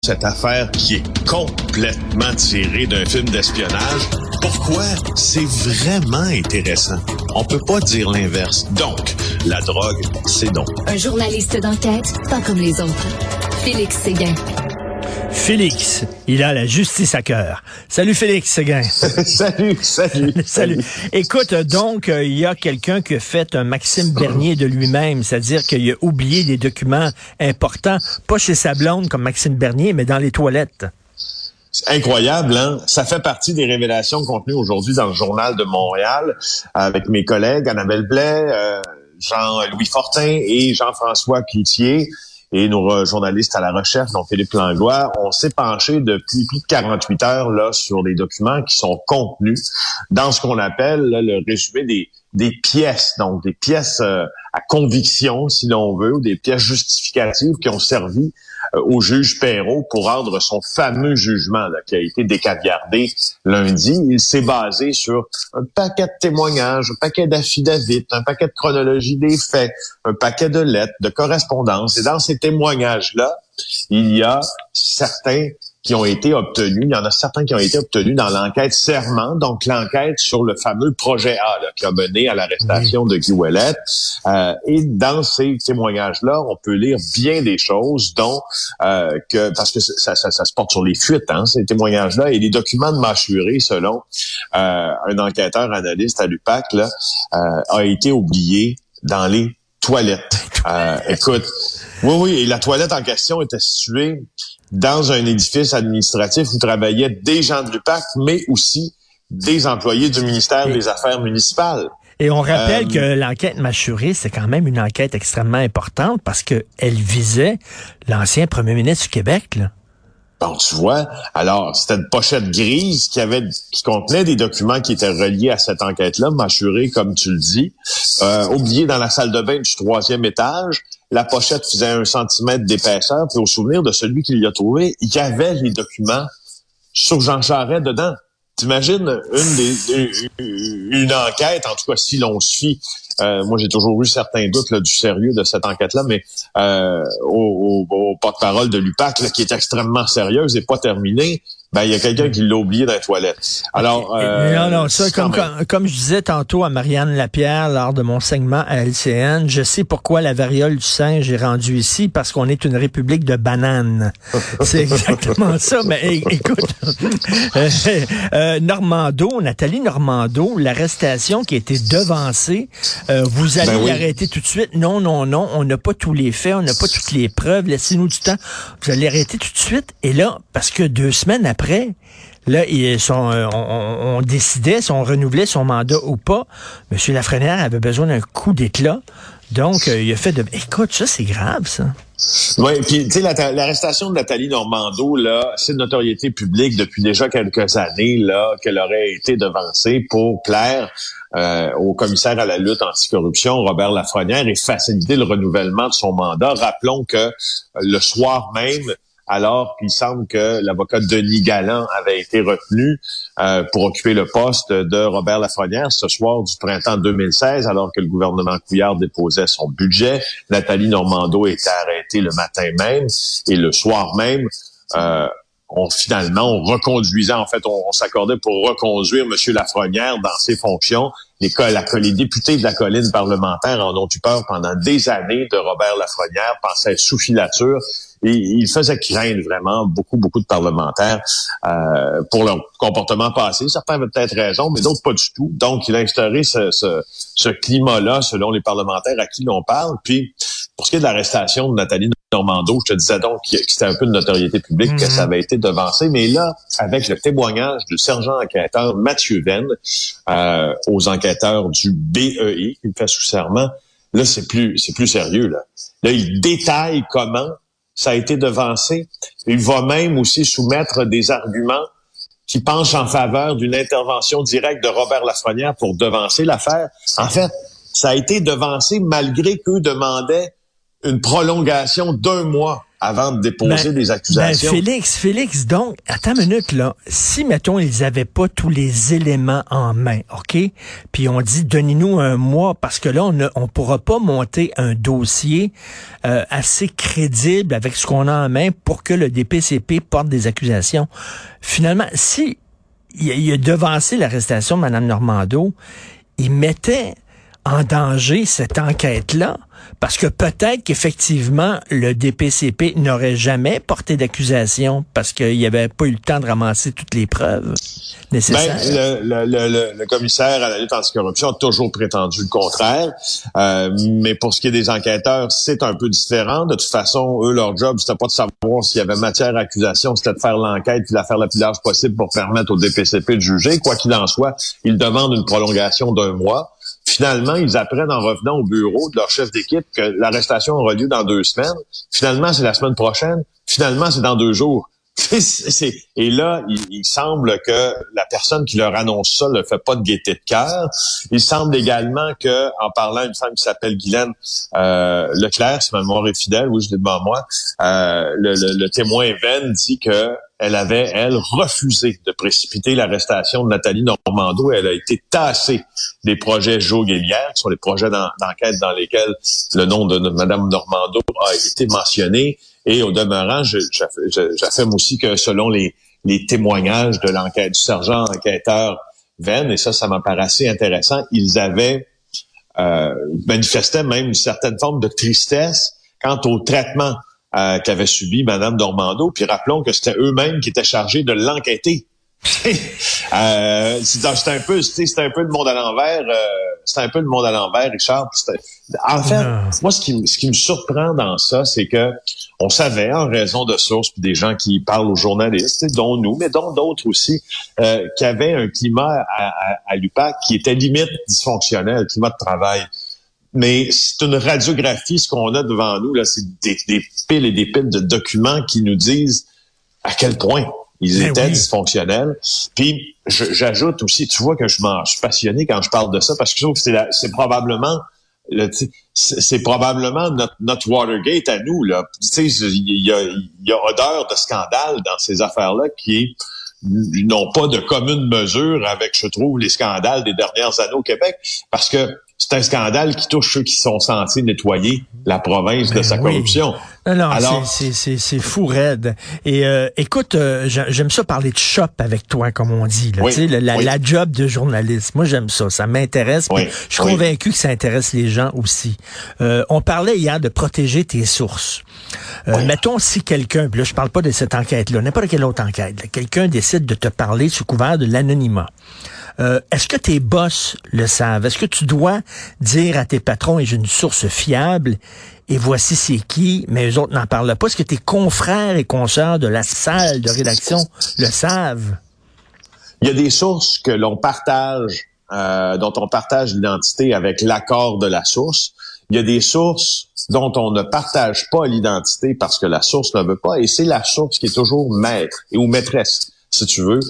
Cette affaire qui est complètement tirée d'un film d'espionnage. Pourquoi? C'est vraiment intéressant. On peut pas dire l'inverse. Donc, la drogue, c'est donc. Un journaliste d'enquête, pas comme les autres. Félix Séguin. Félix, il a la justice à cœur. Salut Félix Séguin. Salut. Écoute, donc, il y a quelqu'un qui a fait un Maxime Bernier de lui-même, c'est-à-dire qu'il a oublié des documents importants, pas chez sa blonde comme Maxime Bernier, mais dans les toilettes. C'est incroyable, hein? Ça fait partie des révélations contenues aujourd'hui dans le Journal de Montréal avec mes collègues Annabelle Blais, Jean-Louis Fortin et Jean-François Cloutier. Et nos journalistes à la recherche, dont Philippe Langlois, on s'est penché depuis plus de 48 heures là sur les documents qui sont contenus dans ce qu'on appelle là, le résumé des pièces, donc des pièces à conviction, si l'on veut, ou des pièces justificatives qui ont servi au juge Perrault pour rendre son fameux jugement là, qui a été décaviardé lundi. Il s'est basé sur un paquet de témoignages, un paquet d'affidavits, un paquet de chronologie des faits, un paquet de lettres, de correspondances. Et dans ces témoignages-là, il y a certains qui ont été obtenus. Il y en a certains qui ont été obtenus dans l'enquête Serment, donc l'enquête sur le fameux projet A là, qui a mené à l'arrestation de Guy Ouellet. Et dans ces témoignages-là, on peut lire bien des choses, dont parce que ça se porte sur les fuites, hein, ces témoignages-là, et les documents de Mâchuré, selon un enquêteur analyste à l'UPAC, là, a été oublié dans les toilettes. Écoute, oui, et la toilette en question était située dans un édifice administratif où travaillaient des gens de l'UPAC, mais aussi des employés du ministère des Affaires municipales. Et on rappelle que l'enquête Mâchuré, c'est quand même une enquête extrêmement importante parce que elle visait l'ancien premier ministre du Québec, là. Bon, tu vois, alors c'était une pochette grise qui contenait des documents qui étaient reliés à cette enquête-là, Mâchuré, comme tu le dis, oublié dans la salle de bain du 3e étage. La pochette faisait 1 centimètre d'épaisseur, puis au souvenir de celui qui l'y a trouvé, il y avait les documents sur Jean Charest dedans. T'imagines une enquête, en tout cas si l'on se fie, moi j'ai toujours eu certains doutes là, du sérieux de cette enquête-là, mais au porte-parole de l'UPAC là, qui est extrêmement sérieuse et pas terminée, ben il y a quelqu'un qui l'a oublié dans les toilettes. Alors non, ça comme je disais tantôt à Marianne Lapierre lors de mon segment à LCN, je sais pourquoi la variole du singe est rendue ici, parce qu'on est une république de bananes. C'est exactement ça. Mais écoute, Nathalie Normando, l'arrestation qui a été devancée, vous allez l'arrêter tout de suite. Non, on n'a pas tous les faits, on n'a pas toutes les preuves, laissez-nous du temps. Vous allez l'arrêter tout de suite. Et là, parce que 2 semaines après, là, on décidait si on renouvelait son mandat ou pas. M. Lafrenière avait besoin d'un coup d'éclat. Donc, il a fait Écoute, ça, c'est grave, ça. Oui, puis tu sais, l'arrestation de Nathalie Normando, là, c'est de notoriété publique depuis déjà quelques années, là, qu'elle aurait été devancée pour plaire au commissaire à la lutte anticorruption, Robert Lafrenière, et faciliter le renouvellement de son mandat. Rappelons que le soir même, alors qu'il semble que l'avocat Denis Galland avait été retenu pour occuper le poste de Robert Lafrenière ce soir du printemps 2016, alors que le gouvernement Couillard déposait son budget. Nathalie Normando était arrêtée le matin même et le soir même, on reconduisait, en fait, on s'accordait pour reconduire M. Lafrenière dans ses fonctions. Les députés de la colline parlementaire en ont eu peur pendant des années de Robert Lafrenière, pensaient être sous filature. Et il faisait craindre vraiment beaucoup de parlementaires pour leur comportement passé. Certains avaient peut-être raison, mais d'autres pas du tout. Donc, il a instauré ce climat-là, selon les parlementaires à qui l'on parle. Puis, pour ce qui est de l'arrestation de Nathalie Normando, je te disais donc que c'était un peu de notoriété publique, que ça avait été devancé. Mais là, avec le témoignage du sergent enquêteur Mathieu Venn aux enquêteurs du BEI, qui le fait sous serment, là, c'est plus sérieux, là. Là, il détaille comment ça a été devancé. Il va même aussi soumettre des arguments qui penchent en faveur d'une intervention directe de Robert Lafrenière pour devancer l'affaire. En fait, ça a été devancé malgré qu'eux demandaient une prolongation d'1 mois avant de déposer des accusations. Félix, donc, attends une minute, là. Si, mettons, ils avaient pas tous les éléments en main, OK? Puis on dit, donnez-nous un mois, parce que là, on pourra pas monter un dossier assez crédible avec ce qu'on a en main pour que le DPCP porte des accusations. Finalement, si il a devancé l'arrestation de Mme Normando, il mettait en danger cette enquête-là, parce que peut-être qu'effectivement, le DPCP n'aurait jamais porté d'accusation parce qu'il n'y avait pas eu le temps de ramasser toutes les preuves nécessaires. Le commissaire à la lutte anticorruption a toujours prétendu le contraire. Mais pour ce qui est des enquêteurs, c'est un peu différent. De toute façon, eux, leur job, c'était pas de savoir s'il y avait matière à accusation, c'était de faire l'enquête puis de la faire le plus large possible pour permettre au DPCP de juger. Quoi qu'il en soit, ils demandent une prolongation d'1 mois. Finalement, ils apprennent en revenant au bureau de leur chef d'équipe que l'arrestation aura lieu dans 2 semaines. Finalement, c'est la semaine prochaine. Finalement, c'est dans 2 jours. Et là, il semble que la personne qui leur annonce ça ne fait pas de gaieté de cœur. Il semble également que, en parlant à une femme qui s'appelle Guylaine Leclerc, si ma mémoire est fidèle, oui, je l'ai devant moi, le témoin Venn dit que elle avait, elle, refusé de précipiter l'arrestation de Nathalie Normando. Elle a été tassée des projets Joguelière, qui sont les projets d'enquête dans lesquels le nom de Mme Normando a été mentionné. Et au demeurant, j'affirme aussi que selon les témoignages de l'enquête du sergent enquêteur Venn, et ça m'a paru assez intéressant, ils avaient manifesté même une certaine forme de tristesse quant au traitement qu'avait subi Mme Normando. Puis rappelons que c'était eux-mêmes qui étaient chargés de l'enquêter. C'était un peu le monde à l'envers. C'était un peu le monde à l'envers, Richard. En fait, moi, ce qui me surprend dans ça, c'est que on savait, en raison de sources, puis des gens qui parlent aux journalistes, dont nous, mais dont d'autres aussi, qu'il y avait un climat à l'UPAC qui était limite dysfonctionnel, climat de travail. Mais c'est une radiographie, ce qu'on a devant nous, là, c'est des piles et des piles de documents qui nous disent à quel point ils étaient dysfonctionnels. Puis j'ajoute aussi, tu vois que je suis passionné quand je parle de ça, parce que je trouve que c'est probablement notre Watergate à nous, là. Tu sais, il y a odeur de scandale dans ces affaires-là qui n'ont pas de commune mesure avec, je trouve, les scandales des dernières années au Québec, parce que c'est un scandale qui touche ceux qui sont censés nettoyer la province de sa corruption. Non, alors, c'est fou raide. Et écoute, j'aime ça parler de shop avec toi, comme on dit. Là, la job de journaliste. Moi, j'aime ça. Ça m'intéresse. Je suis convaincu que ça intéresse les gens aussi. On parlait hier de protéger tes sources. Mettons si quelqu'un, puis là, je parle pas de cette enquête-là, n'importe quelle autre enquête, là, quelqu'un décide de te parler sous couvert de l'anonymat. Est-ce que tes boss le savent? Est-ce que tu dois dire à tes patrons, et j'ai une source fiable, et voici c'est qui, mais eux autres n'en parlent pas? Est-ce que tes confrères et consoeurs de la salle de rédaction le savent? Il y a des sources que l'on partage, dont on partage l'identité avec l'accord de la source. Il y a des sources dont on ne partage pas l'identité parce que la source ne veut pas, et c'est la source qui est toujours maître ou maîtresse, si tu veux,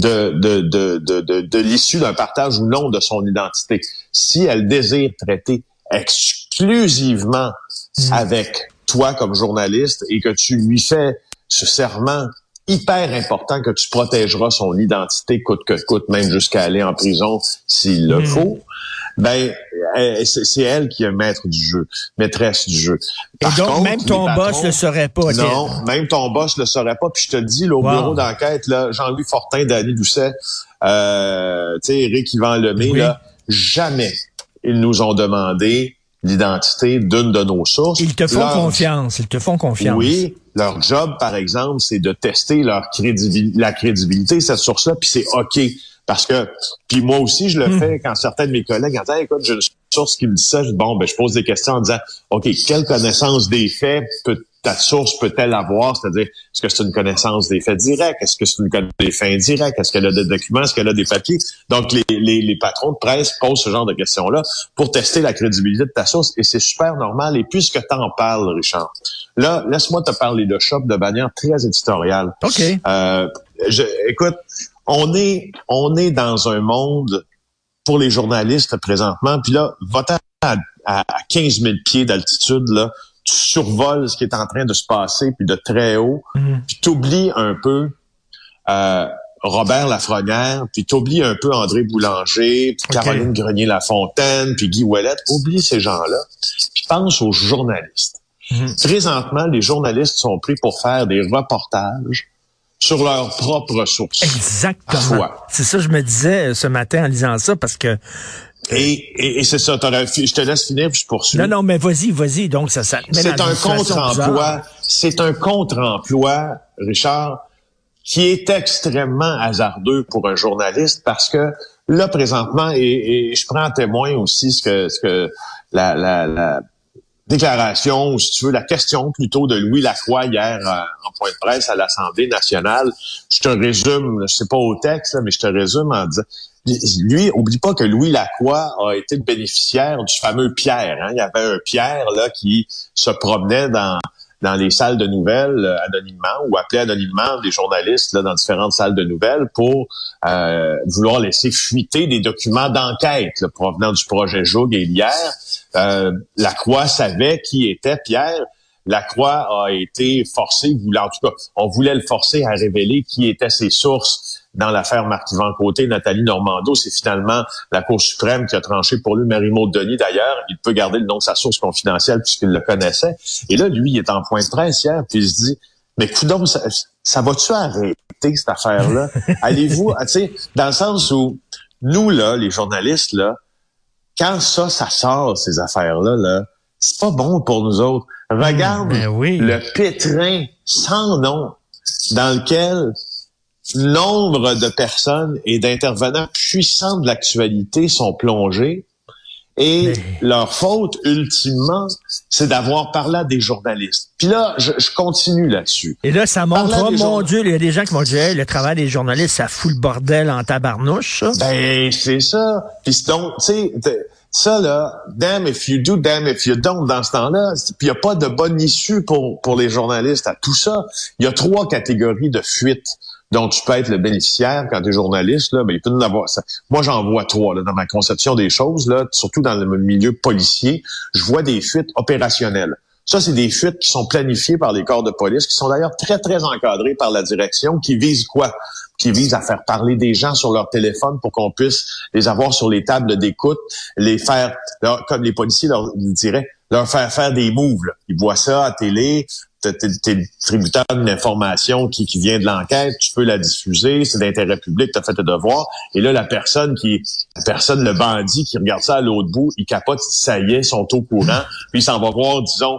de l'issue d'un partage ou non de son identité. Si elle désire traiter exclusivement avec toi comme journaliste et que tu lui fais ce serment hyper important que tu protégeras son identité coûte que coûte, même jusqu'à aller en prison s'il le faut, ben c'est elle qui est maître du jeu, maîtresse du jeu. Par contre, même ton boss le saurait pas. Non, même ton boss le saurait pas. Puis je te le dis, là, au bureau d'enquête, là, Jean-Louis Fortin, Dany Doucet, tu sais, Éric Yvan Lemay, là, jamais ils nous ont demandé l'identité d'une de nos sources. Ils te font confiance. Oui, leur job, par exemple, c'est de tester la crédibilité de cette source-là, puis c'est OK. Parce que, puis moi aussi, je le fais quand certains de mes collègues en disant, écoute, j'ai une source qui me dit ça, je pose des questions en disant, OK, quelle connaissance des faits ta source peut-elle avoir? C'est-à-dire, est-ce que c'est une connaissance des faits directs? Est-ce que c'est une connaissance des faits indirects? Est-ce qu'elle a des documents? Est-ce qu'elle a des papiers? Donc, les patrons de presse posent ce genre de questions-là pour tester la crédibilité de ta source, et c'est super normal. Et puisque t'en parles, Richard, là, laisse-moi te parler de shop de manière très éditoriale. OK. Écoute, on est dans un monde pour les journalistes présentement, puis là, va-t'en à 15 000 pieds d'altitude, là, tu survoles ce qui est en train de se passer, puis de très haut, puis t'oublies un peu Robert Lafrenière, puis t'oublies un peu André Boulanger, puis Caroline Grenier-Lafontaine, puis Guy Ouellet. Oublie ces gens-là, puis pense aux journalistes. Présentement, les journalistes sont pris pour faire des reportages sur leurs propres sources. Exactement. C'est ça que je me disais ce matin en lisant ça, parce que... Et c'est ça, je te laisse finir, puis je poursuis. Non, mais vas-y. Donc, ça c'est un contre-emploi. C'est un contre-emploi, Richard, qui est extrêmement hasardeux pour un journaliste, parce que là, présentement, et je prends en témoin aussi ce que la déclaration, ou si tu veux, la question plutôt de Louis Lacroix hier en point de presse à l'Assemblée nationale. Je te résume, je sais pas au texte, mais je te résume en disant, lui, oublie pas que Louis Lacroix a été le bénéficiaire du fameux Pierre. Hein? Il y avait un Pierre là qui se promenait dans les salles de nouvelles anonymement, ou appelait anonymement des journalistes là, dans différentes salles de nouvelles pour vouloir laisser fuiter des documents d'enquête là, provenant du projet Joug et hier. Lacroix savait qui était Pierre. Lacroix a été forcé, en tout cas, on voulait le forcer à révéler qui étaient ses sources dans l'affaire Marc-Yvan Côté, Nathalie Normando. C'est finalement la Cour suprême qui a tranché pour lui, Marie-Maude Denis d'ailleurs. Il peut garder le nom de sa source confidentielle puisqu'il le connaissait. Et là, lui, il est en point de presse hier, puis il se dit, mais coudonc, ça va-tu arrêter cette affaire-là? Allez-vous, tu sais, dans le sens où nous, là, les journalistes, là, quand ça sort, ces affaires-là, là, c'est pas bon pour nous autres. Regarde le pétrin sans nom dans lequel nombre de personnes et d'intervenants puissants de l'actualité sont plongés. Et leur faute, ultimement, c'est d'avoir parlé à des journalistes. Puis là, je continue là-dessus. Et là, ça montre, mon Dieu, il y a des gens qui m'ont dit, hey, le travail des journalistes, ça fout le bordel en tabarnouche, ça. Ben, c'est ça. Puis donc, tu sais, ça, là, damn if you do, damn if you don't, dans ce temps-là. Puis il n'y a pas de bonne issue pour les journalistes à tout ça. Il y a 3 catégories de fuites dont tu peux être le bénéficiaire quand tu es journaliste. Là, ben, il peut en avoir. Moi, j'en vois 3 là, dans ma conception des choses, là, surtout dans le milieu policier. Je vois des fuites opérationnelles. Ça, c'est des fuites qui sont planifiées par les corps de police, qui sont d'ailleurs très, très encadrées par la direction, qui visent quoi? Qui visent à faire parler des gens sur leur téléphone pour qu'on puisse les avoir sur les tables d'écoute, les faire, comme les policiers leur diraient, leur faire des moves. Là. Ils voient ça à télé, t'es le tributaire d'une information qui vient de l'enquête, tu peux la diffuser, c'est d'intérêt public, t'as fait tes devoirs. Et là, la personne, le bandit qui regarde ça à l'autre bout, il capote, ça y est, ils sont au courant, puis il s'en va voir, disons,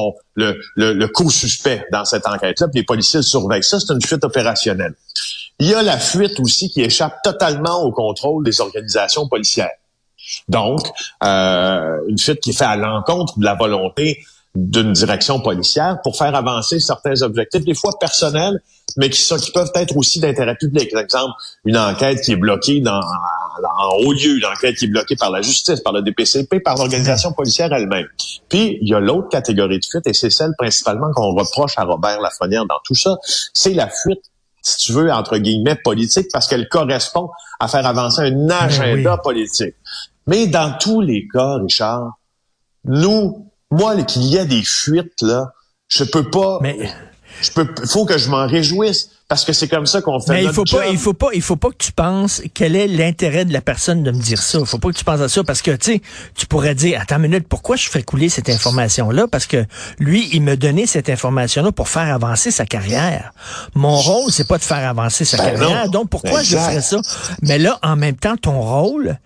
le co-suspect dans cette enquête-là, puis les policiers le surveillent. Ça, c'est une fuite opérationnelle. Il y a la fuite aussi qui échappe totalement au contrôle des organisations policières. Donc, une fuite qui est faite à l'encontre de la volonté d'une direction policière pour faire avancer certains objectifs, des fois personnels, mais qui peuvent être aussi d'intérêt public. Par exemple, une enquête qui est bloquée en haut lieu, une enquête qui est bloquée par la justice, par le DPCP, par l'organisation policière elle-même. Puis, il y a l'autre catégorie de fuite, et c'est celle principalement qu'on reproche à Robert Lafrenière dans tout ça, c'est la fuite, si tu veux, entre guillemets, politique, parce qu'elle correspond à faire avancer un agenda politique. Mais dans tous les cas, Richard, moi, qu'il y a des fuites, là, je peux pas... faut que je m'en réjouisse, parce que c'est comme ça qu'on fait notre job. Il faut pas que tu penses quel est l'intérêt de la personne de me dire ça. Il faut pas que tu penses à ça, parce que, tu sais, tu pourrais dire, attends une minute, pourquoi je fais couler cette information-là? Parce que lui, il me donnait cette information-là pour faire avancer sa carrière. Mon rôle, c'est pas de faire avancer sa carrière, non. Donc pourquoi je ferais ça? Mais là, en même temps, ton rôle...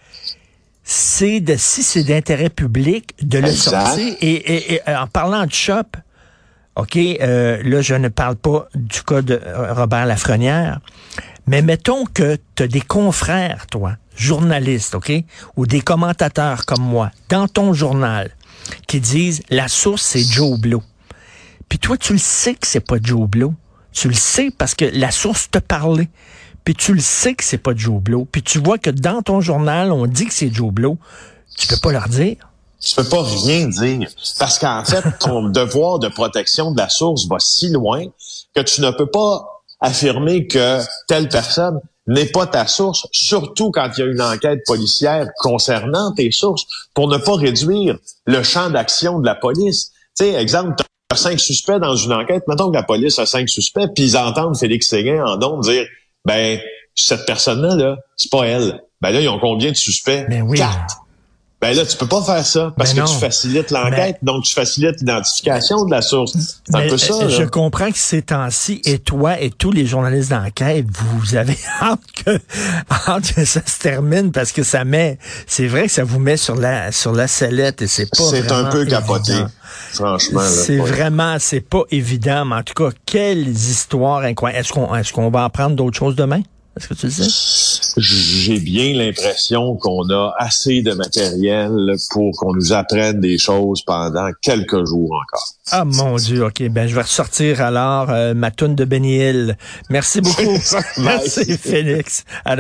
si c'est d'intérêt public, de le sortir. Et en parlant de shop, OK, là, je ne parle pas du cas de Robert Lafrenière, mais mettons que tu as des confrères, toi, journalistes, OK, ou des commentateurs comme moi, dans ton journal, qui disent, la source, c'est Joe Blow. Puis toi, tu le sais que c'est pas Joe Blow. Tu le sais parce que la source t'a parlé. Puis tu le sais que c'est pas Joe Blow, puis tu vois que dans ton journal, on dit que c'est Joe Blow, tu peux pas leur dire. Tu peux pas rien dire, parce qu'en fait, ton devoir de protection de la source va si loin que tu ne peux pas affirmer que telle personne n'est pas ta source, surtout quand il y a une enquête policière concernant tes sources, pour ne pas réduire le champ d'action de la police. Tu sais, exemple, t'as 5 suspects dans une enquête. Mettons que la police a 5 suspects, puis ils entendent Félix Séguin en ondes dire, ben, cette personne-là, là, c'est pas elle. Ben là, ils ont combien de suspects? Ben oui. 4. Ben là, tu peux pas faire ça parce ben que tu facilites l'enquête, donc tu facilites l'identification de la source. C'est un peu ça. Je là. comprends que ces temps-ci, et toi et tous les journalistes d'enquête, vous avez hâte que ça se termine parce que c'est vrai que ça vous met sur la sellette et c'est pas C'est un peu capoté, évident. franchement. Là, C'est pas évident, mais en tout cas, quelles histoires incroyables. Est-ce qu'on va apprendre d'autres choses demain? Est-ce que tu le sais? J'ai bien l'impression qu'on a assez de matériel pour qu'on nous apprenne des choses pendant quelques jours encore. Ah mon Dieu, OK. Ben je vais ressortir alors ma toune de Benny Hill. Merci beaucoup. Merci Félix.